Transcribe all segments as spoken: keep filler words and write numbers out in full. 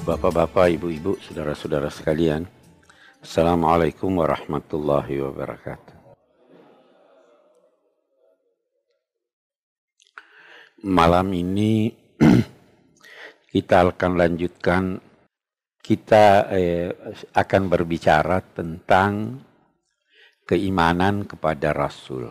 Bapak-bapak, ibu-ibu, saudara-saudara sekalian, Assalamualaikum warahmatullahi wabarakatuh. Malam ini kita akan lanjutkan, kita eh, akan berbicara tentang keimanan kepada Rasul.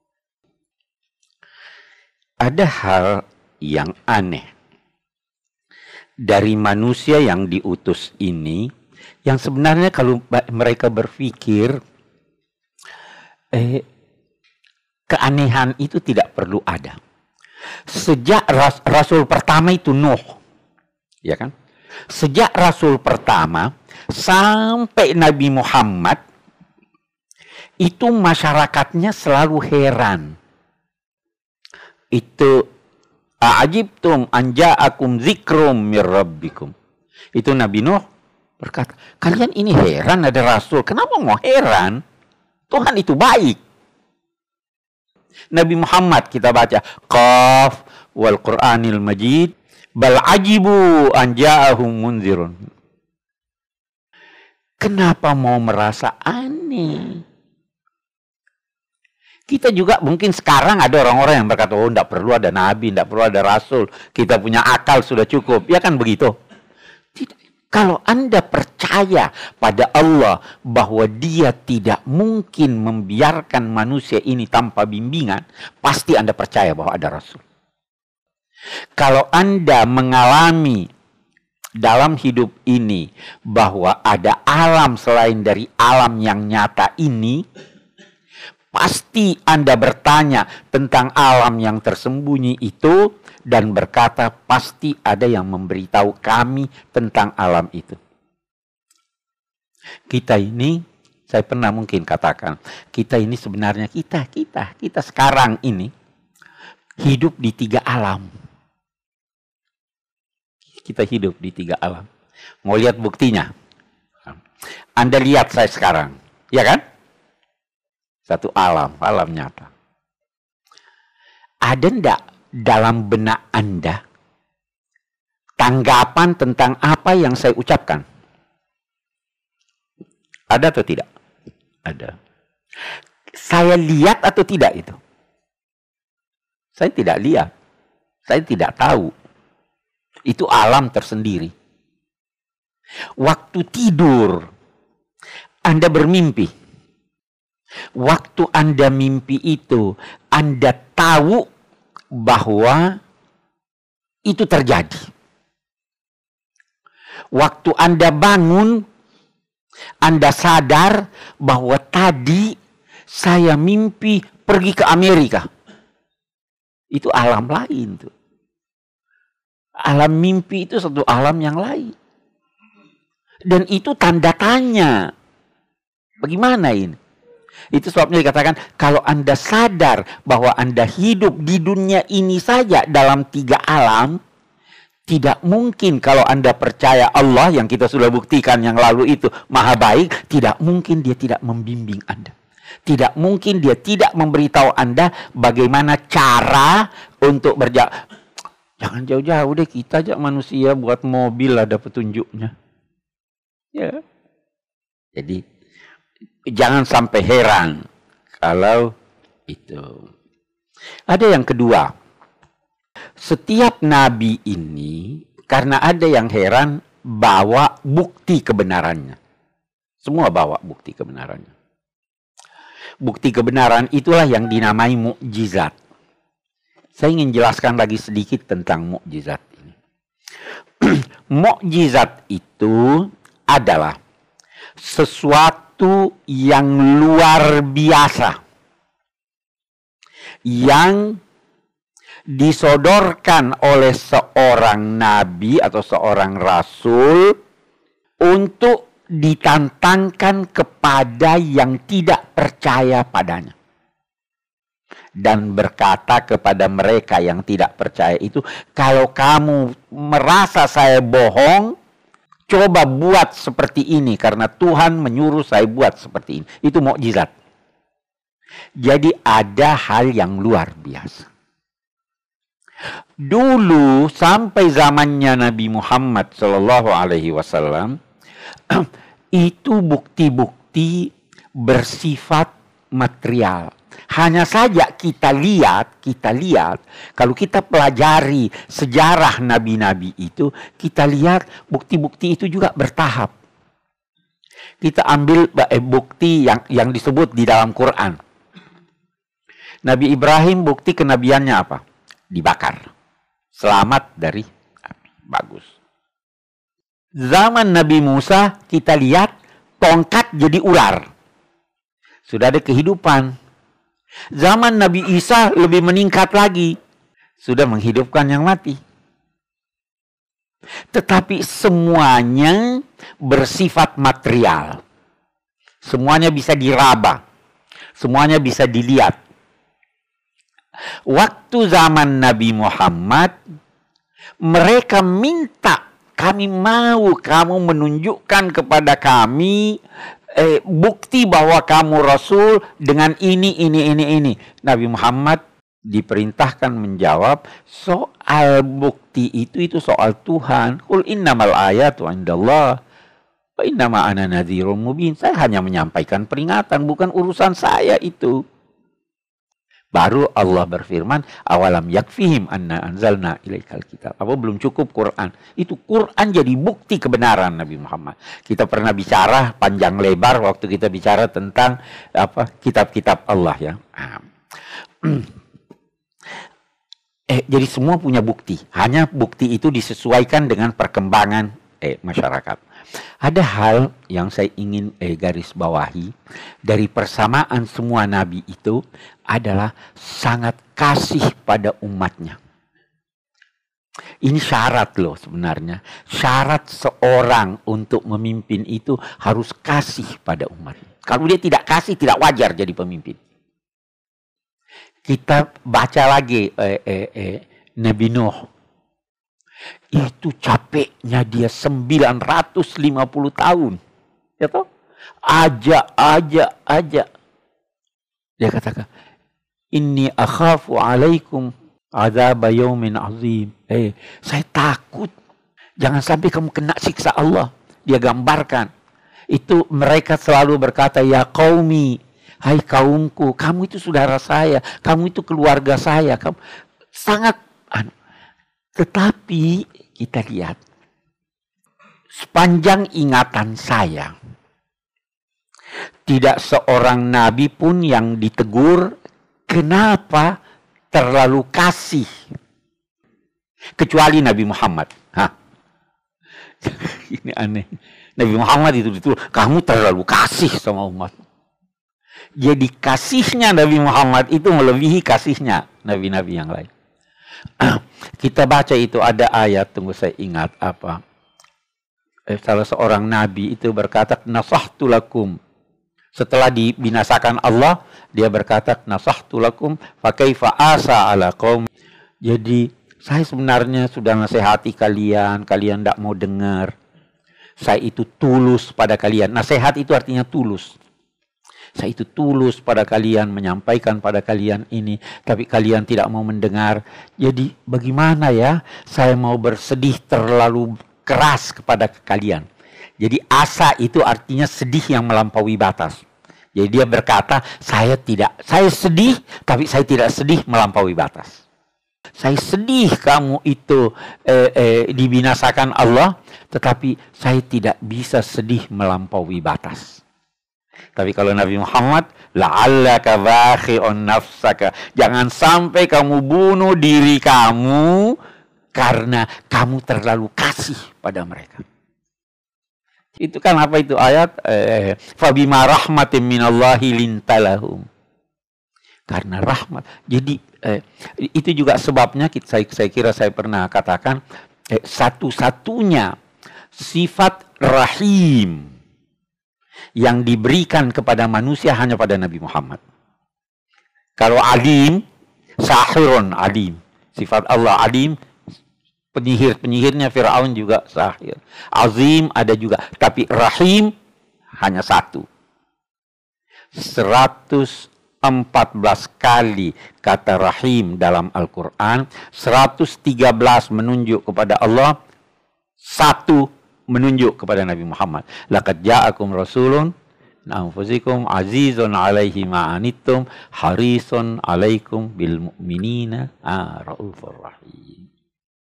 Ada hal yang aneh dari manusia yang diutus ini, yang sebenarnya kalau mereka berpikir, eh, keanehan itu tidak perlu ada. Sejak ras, Rasul pertama itu Nuh, ya kan? Sejak Rasul pertama sampai Nabi Muhammad, itu masyarakatnya selalu heran. Itu A'ajibtum anja'akum zikrum mir rabbikum. Itu Nabi Nuh berkata, kalian ini heran ada Rasul. Kenapa mau heran? Tuhan itu baik. Nabi Muhammad kita baca, Qaf wal Qur'anil Majid, bal ajibu anja'ahum munzirun. Kenapa mau merasa aneh? Kita juga mungkin sekarang ada orang-orang yang berkata, oh tidak perlu ada nabi, tidak perlu ada rasul. Kita punya akal sudah cukup. Ya kan begitu? Tidak. Kalau Anda percaya pada Allah bahwa dia tidak mungkin membiarkan manusia ini tanpa bimbingan, pasti Anda percaya bahwa ada rasul. Kalau Anda mengalami dalam hidup ini bahwa ada alam selain dari alam yang nyata ini, pasti Anda bertanya tentang alam yang tersembunyi itu dan berkata pasti ada yang memberitahu kami tentang alam itu. Kita ini, saya pernah mungkin katakan, kita ini sebenarnya kita, kita, kita sekarang ini hidup di tiga alam. Kita hidup di tiga alam. Mau lihat buktinya? Anda lihat saya sekarang, ya kan? Satu alam, alam nyata. Ada enggak dalam benak Anda tanggapan tentang apa yang saya ucapkan? Ada atau tidak? Ada. Saya lihat atau tidak itu? Saya tidak lihat. Saya tidak tahu. Itu alam tersendiri. Waktu tidur, Anda bermimpi. Waktu Anda mimpi itu, Anda tahu bahwa itu terjadi. Waktu Anda bangun, Anda sadar bahwa tadi saya mimpi pergi ke Amerika. Itu alam lain tuh. Alam mimpi itu satu alam yang lain. Dan itu tanda tanya. Bagaimana ini? Itu sebabnya dikatakan, kalau Anda sadar bahwa Anda hidup di dunia ini saja dalam tiga alam, tidak mungkin kalau Anda percaya Allah yang kita sudah buktikan yang lalu itu maha baik, tidak mungkin dia tidak membimbing Anda. Tidak mungkin dia tidak memberitahu Anda bagaimana cara untuk berjalan. Jangan jauh-jauh deh, kita aja manusia buat mobil ada petunjuknya. Ya. Jadi jangan sampai heran kalau itu. Ada yang kedua. Setiap nabi ini, karena ada yang heran, bawa bukti kebenarannya. Semua bawa bukti kebenarannya. Bukti kebenaran itulah yang dinamai mukjizat. Saya ingin jelaskan lagi sedikit tentang mukjizat ini. Mukjizat itu adalah sesuatu yang luar biasa yang disodorkan oleh seorang nabi atau seorang rasul untuk ditantangkan kepada yang tidak percaya padanya, dan berkata kepada mereka yang tidak percaya itu, kalau kamu merasa saya bohong, coba buat seperti ini karena Tuhan menyuruh saya buat seperti ini. Itu mukjizat. Jadi ada hal yang luar biasa. Dulu sampai zamannya Nabi Muhammad Shallallahu Alaihi Wasallam itu bukti-bukti bersifat material. Hanya saja kita lihat, kita lihat, kalau kita pelajari sejarah nabi-nabi itu, kita lihat bukti-bukti itu juga bertahap. Kita ambil eh, bukti yang yang disebut di dalam Quran. Nabi Ibrahim bukti kenabiannya apa? Dibakar. Selamat dari api. Bagus. Zaman Nabi Musa kita lihat tongkat jadi ular. Sudah ada kehidupan. Zaman Nabi Isa lebih meningkat lagi. Sudah menghidupkan yang mati. Tetapi semuanya bersifat material. Semuanya bisa diraba. Semuanya bisa dilihat. Waktu zaman Nabi Muhammad, mereka minta, kami mau kamu menunjukkan kepada kami eh, bukti bahwa kamu Rasul dengan ini, ini, ini, ini. Nabi Muhammad diperintahkan menjawab, soal bukti itu, itu soal Tuhan. Qul innamal ayatu indallah wa innama ana nadhirun mubin. Saya hanya menyampaikan peringatan, bukan urusan saya itu. Baru Allah berfirman, awalam yakfihim anna anzalna ilaikal kitab. Apa belum cukup Quran? Itu Quran jadi bukti kebenaran Nabi Muhammad. Kita pernah bicara panjang lebar waktu kita bicara tentang apa kitab-kitab Allah ya. Eh, jadi semua punya bukti. Hanya bukti itu disesuaikan dengan perkembangan eh, masyarakat. Ada hal yang saya ingin eh, garis bawahi dari persamaan semua nabi itu adalah sangat kasih pada umatnya. Ini syarat loh sebenarnya. Syarat seorang untuk memimpin itu harus kasih pada umatnya. Kalau dia tidak kasih, tidak wajar jadi pemimpin. Kita baca lagi eh, eh, eh, Nabi Nuh. Itu capeknya dia sembilan ratus lima puluh tahun. Ya toh? Aja, aja, aja. Dia katakan, inni akhafu alaikum azab yaumin azim. Eh, saya takut. Jangan sampai kamu kena siksa Allah. Dia gambarkan. Itu mereka selalu berkata, ya qaumi, hai kaumku, kamu itu saudara saya, kamu itu keluarga saya. Kamu sangat anu. Tetapi kita lihat, sepanjang ingatan saya, tidak seorang nabi pun yang ditegur, kenapa terlalu kasih? Kecuali Nabi Muhammad. Hah? Ini aneh. Nabi Muhammad itu ditegur, kamu terlalu kasih sama umat. Jadi kasihnya Nabi Muhammad itu melebihi kasihnya nabi-nabi yang lain. Kita baca itu ada ayat, tunggu saya ingat apa. Eh, salah seorang nabi itu berkata, nasahtu lakum. Setelah dibinasakan Allah, dia berkata, nasahtu lakum fa kaifa asa ala qaum. Jadi saya sebenarnya sudah nasihati kalian, kalian tidak mau dengar. Saya itu tulus pada kalian. Nasihat itu artinya tulus. Saya itu tulus pada kalian, menyampaikan pada kalian ini, tapi kalian tidak mau mendengar. Jadi bagaimana ya, saya mau bersedih terlalu keras kepada kalian. Jadi asa itu artinya sedih yang melampaui batas. Jadi dia berkata, saya tidak, saya sedih, tapi saya tidak sedih melampaui batas. Saya sedih kamu itu eh, eh, dibinasakan Allah, tetapi saya tidak bisa sedih melampaui batas. Tapi kalau Nabi Muhammad, la'allaka bakhi'un nafsaka, jangan sampai kamu bunuh diri kamu karena kamu terlalu kasih pada mereka. Itu kan apa itu ayat? Eh, Fabima rahmatin minallahi lintalahum. Karena rahmat. Jadi eh, itu juga sebabnya kita, saya, saya kira saya pernah katakan eh, satu-satunya sifat rahim yang diberikan kepada manusia hanya pada Nabi Muhammad. Kalau alim, sahirun alim. Sifat Allah alim, penyihir-penyihirnya Fir'aun juga sahir. Azim ada juga. Tapi rahim hanya satu. seratus empat belas kali kata rahim dalam Al-Quran, seratus tiga belas menunjuk kepada Allah, satu menunjuk kepada Nabi Muhammad. Laqad ja'akum rasulun min anfusikum azizun alaihi ma'anittum harisun alaikum bil mu'minina raufur rahim.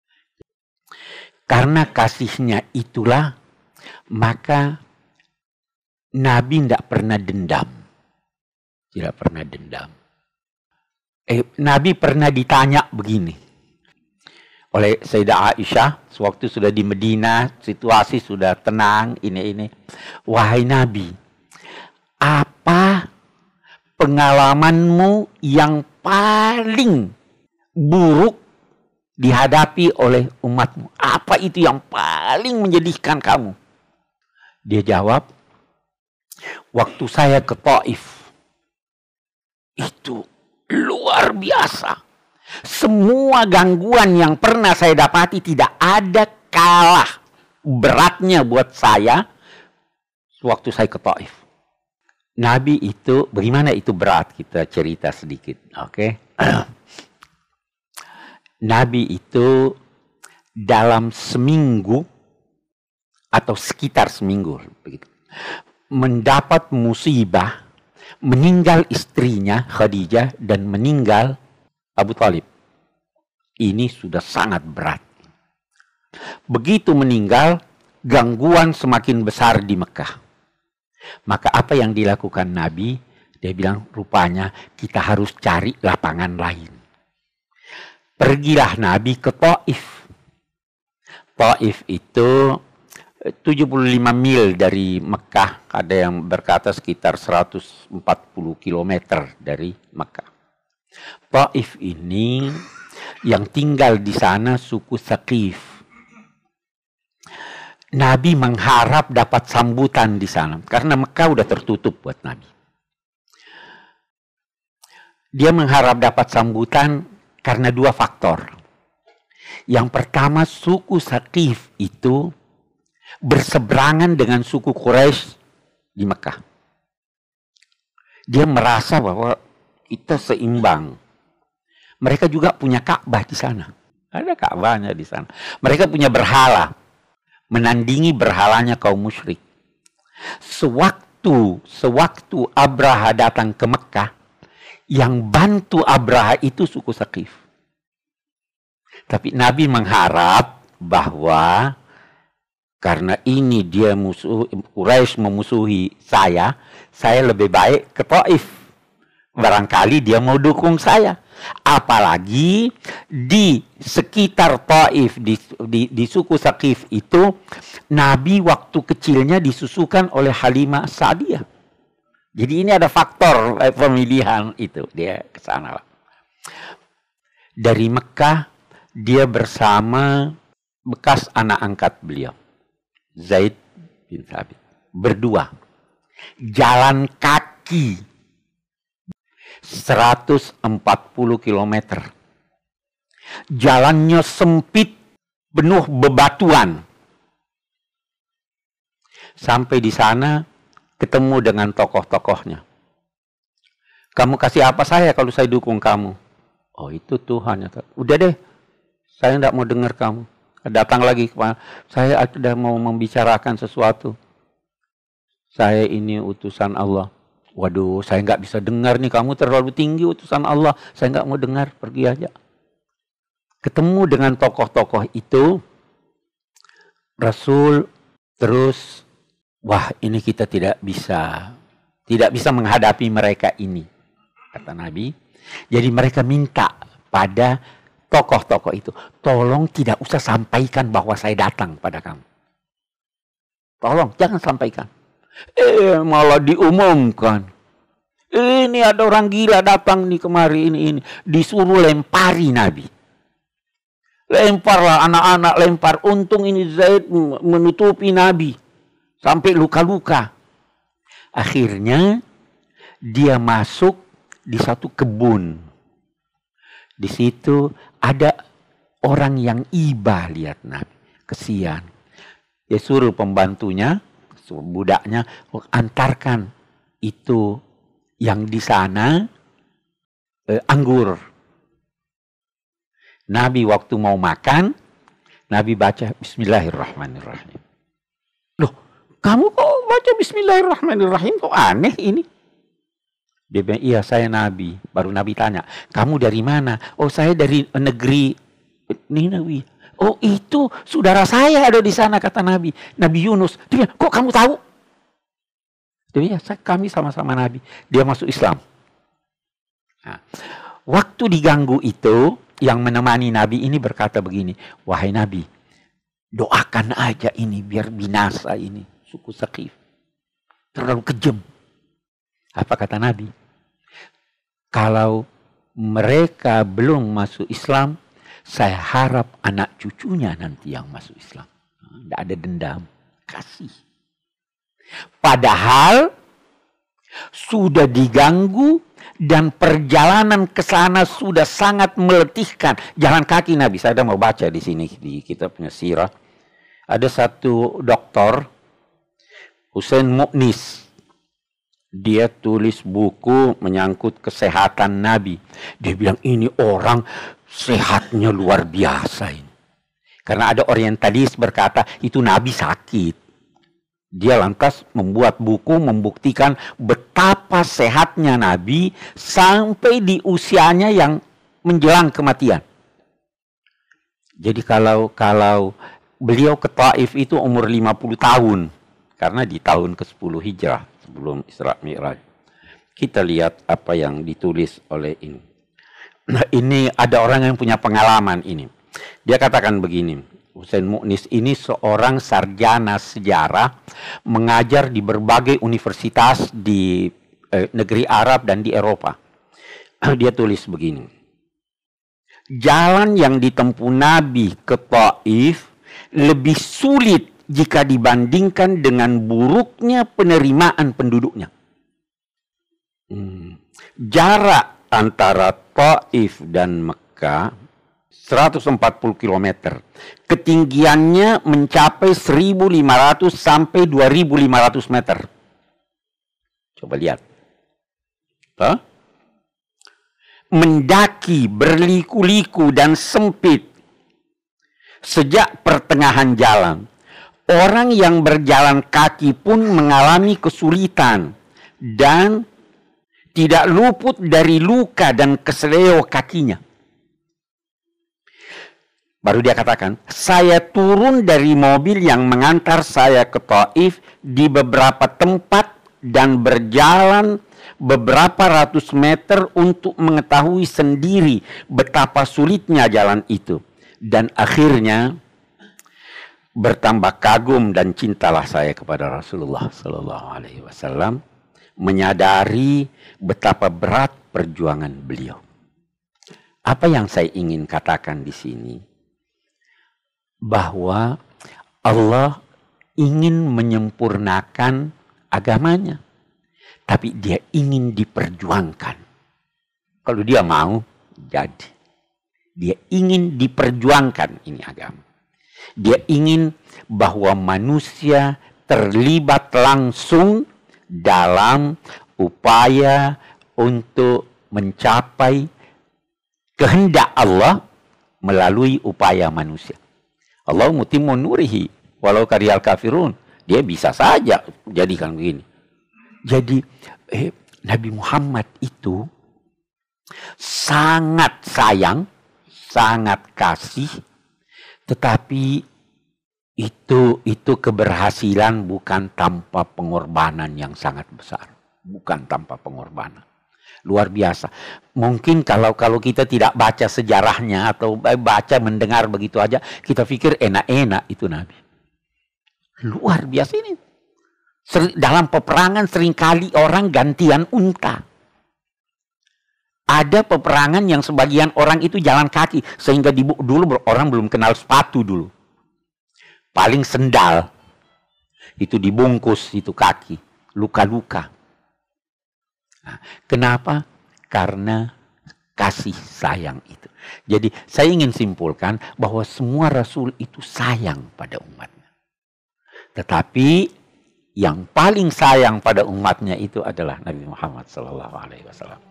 Karena kasihnya itulah, maka Nabi tidak pernah dendam. Tidak pernah dendam. Eh, Nabi pernah ditanya begini oleh Sayyidah Aisyah, sewaktu sudah di Medina, situasi sudah tenang, ini-ini. Wahai Nabi, apa pengalamanmu yang paling buruk dihadapi oleh umatmu? Apa itu yang paling menyedihkan kamu? Dia jawab, waktu saya ke Taif, itu luar biasa. Semua gangguan yang pernah saya dapati tidak ada kalah beratnya buat saya waktu saya ke Taif. Nabi itu, bagaimana itu berat, kita cerita sedikit. Oke. Okay? Nabi itu dalam seminggu atau sekitar seminggu begitu, mendapat musibah, meninggal istrinya Khadijah dan meninggal Abu Talib. Ini sudah sangat berat. Begitu meninggal, gangguan semakin besar di Mekah. Maka apa yang dilakukan Nabi? Dia bilang, rupanya kita harus cari lapangan lain. Pergilah Nabi ke Taif. Taif itu tujuh puluh lima mil dari Mekah, ada yang berkata sekitar seratus empat puluh kilometer dari Mekah. Taif ini yang tinggal di sana suku Thaqif. Nabi mengharap dapat sambutan di sana karena Mekah udah tertutup buat Nabi. Dia mengharap dapat sambutan karena dua faktor. Yang pertama, suku Thaqif itu berseberangan dengan suku Quraisy di Mekah. Dia merasa bahwa kita seimbang. Mereka juga punya Ka'bah di sana. Ada Ka'bahnya di sana. Mereka punya berhala, menandingi berhalanya kaum musyrik. Sewaktu sewaktu Abraha datang ke Mekah, yang bantu Abraha itu suku Thaqif. Tapi Nabi mengharap bahwa karena ini dia musuh, Quraisy memusuhi saya, saya lebih baik ke Taif. Barangkali dia mau dukung saya. Apalagi di sekitar Taif, di, di, di suku Thaqif itu, Nabi waktu kecilnya disusukan oleh Halimah Sa'diyah. Jadi ini ada faktor eh, pemilihan itu, dia ke sana. Dari Mekah, dia bersama bekas anak angkat beliau, Zaid bin Thabit, berdua jalan kaki seratus empat puluh kilometer. Jalannya sempit, penuh bebatuan. Sampai di sana ketemu dengan tokoh-tokohnya. Kamu kasih apa saya kalau saya dukung kamu? Oh, itu Tuhan. Udah deh, saya tidak mau dengar kamu. Datang lagi, saya sudah mau membicarakan sesuatu. Saya ini utusan Allah. Waduh, saya nggak bisa dengar nih, kamu terlalu tinggi utusan Allah. Saya nggak mau dengar, pergi aja. Ketemu dengan tokoh-tokoh itu, Rasul terus, wah ini kita tidak bisa, tidak bisa menghadapi mereka ini, kata Nabi. Jadi mereka minta pada tokoh-tokoh itu, tolong tidak usah sampaikan bahwa saya datang pada kamu. Tolong, jangan sampaikan. Eh, malah diumumkan. Ini ada orang gila datang nih kemari, ini, ini. Disuruh lempari Nabi. Lemparlah anak-anak, lempar. Untung ini Zaid menutupi Nabi. Sampai luka-luka. Akhirnya, dia masuk di satu kebun. Di situ ada orang yang iba lihat Nabi. Kesian. Dia suruh pembantunya, budaknya, antarkan itu yang di sana eh, anggur. Nabi waktu mau makan, Nabi baca Bismillahirrahmanirrahim. Loh, kamu kok baca Bismillahirrahmanirrahim? Kok aneh ini? Dia bilang, iya saya Nabi. Baru Nabi tanya, kamu dari mana? Oh saya dari negeri Ninawi. Oh itu saudara saya ada di sana, kata Nabi. Nabi Yunus. Dia bilang, kok kamu tahu? Dia bilang, kami sama-sama Nabi. Dia masuk Islam. Nah, waktu diganggu itu, yang menemani Nabi ini berkata begini, wahai Nabi, doakan aja ini biar binasa ini suku Saqif. Terlalu kejam. Apa kata Nabi? Kalau mereka belum masuk Islam, saya harap anak cucunya nanti yang masuk Islam. Tidak ada dendam, kasih. Padahal sudah diganggu dan perjalanan ke sana sudah sangat meletihkan. Jalan kaki Nabi. Saya ada mau baca di sini di kitabnya Sirah. Ada satu dokter, Husain Mu'nis. Dia tulis buku menyangkut kesehatan Nabi. Dia bilang ini orang sehatnya luar biasa ini. Karena ada orientalis berkata itu Nabi sakit. Dia lantas membuat buku membuktikan betapa sehatnya Nabi sampai di usianya yang menjelang kematian. Jadi kalau kalau beliau ke Taif itu umur lima puluh tahun. Karena di tahun ke sepuluh Hijrah sebelum Isra Mi'raj. Kita lihat apa yang ditulis oleh ini. Nah, ini ada orang yang punya pengalaman ini. Dia katakan begini. Husain Mu'nis ini seorang sarjana sejarah, mengajar di berbagai universitas di eh, negeri Arab dan di Eropa. Dia tulis begini. Jalan yang ditempuh Nabi ke Taif lebih sulit jika dibandingkan dengan buruknya penerimaan penduduknya. Hmm. Jarak antara Taif dan Mekah seratus empat puluh kilometer. Ketinggiannya mencapai seribu lima ratus sampai dua ribu lima ratus meter. Coba lihat. Hah? Mendaki berliku-liku dan sempit. Sejak pertengahan jalan, orang yang berjalan kaki pun mengalami kesulitan dan tidak luput dari luka dan keseleo kakinya. Baru dia katakan, saya turun dari mobil yang mengantar saya ke Taif di beberapa tempat dan berjalan beberapa ratus meter untuk mengetahui sendiri betapa sulitnya jalan itu. Dan akhirnya bertambah kagum dan cintalah saya kepada Rasulullah Sallallahu Alaihi Wasallam, menyadari betapa berat perjuangan beliau. Apa yang saya ingin katakan di sini? Bahwa Allah ingin menyempurnakan agamanya. Tapi dia ingin diperjuangkan. Kalau dia mau, jadi. Dia ingin diperjuangkan ini agama. Dia ingin bahwa manusia terlibat langsung dalam upaya untuk mencapai kehendak Allah melalui upaya manusia. Allah mutimmu nurihi walau karihal kafirun. Dia bisa saja jadikan begini. Jadi eh, Nabi Muhammad itu sangat sayang, sangat kasih, tetapi itu itu keberhasilan bukan tanpa pengorbanan yang sangat besar, bukan tanpa pengorbanan. Luar biasa. Mungkin kalau kalau kita tidak baca sejarahnya atau baca mendengar begitu aja, kita pikir enak-enak itu Nabi. Luar biasa ini. Dalam peperangan seringkali orang gantian unta. Ada peperangan yang sebagian orang itu jalan kaki. Sehingga di, dulu orang belum kenal sepatu dulu. Paling sendal. Itu dibungkus itu kaki. Luka-luka. Nah, kenapa? Karena kasih sayang itu. Jadi saya ingin simpulkan bahwa semua Rasul itu sayang pada umatnya. Tetapi yang paling sayang pada umatnya itu adalah Nabi Muhammad Sallallahu Alaihi Wasallam.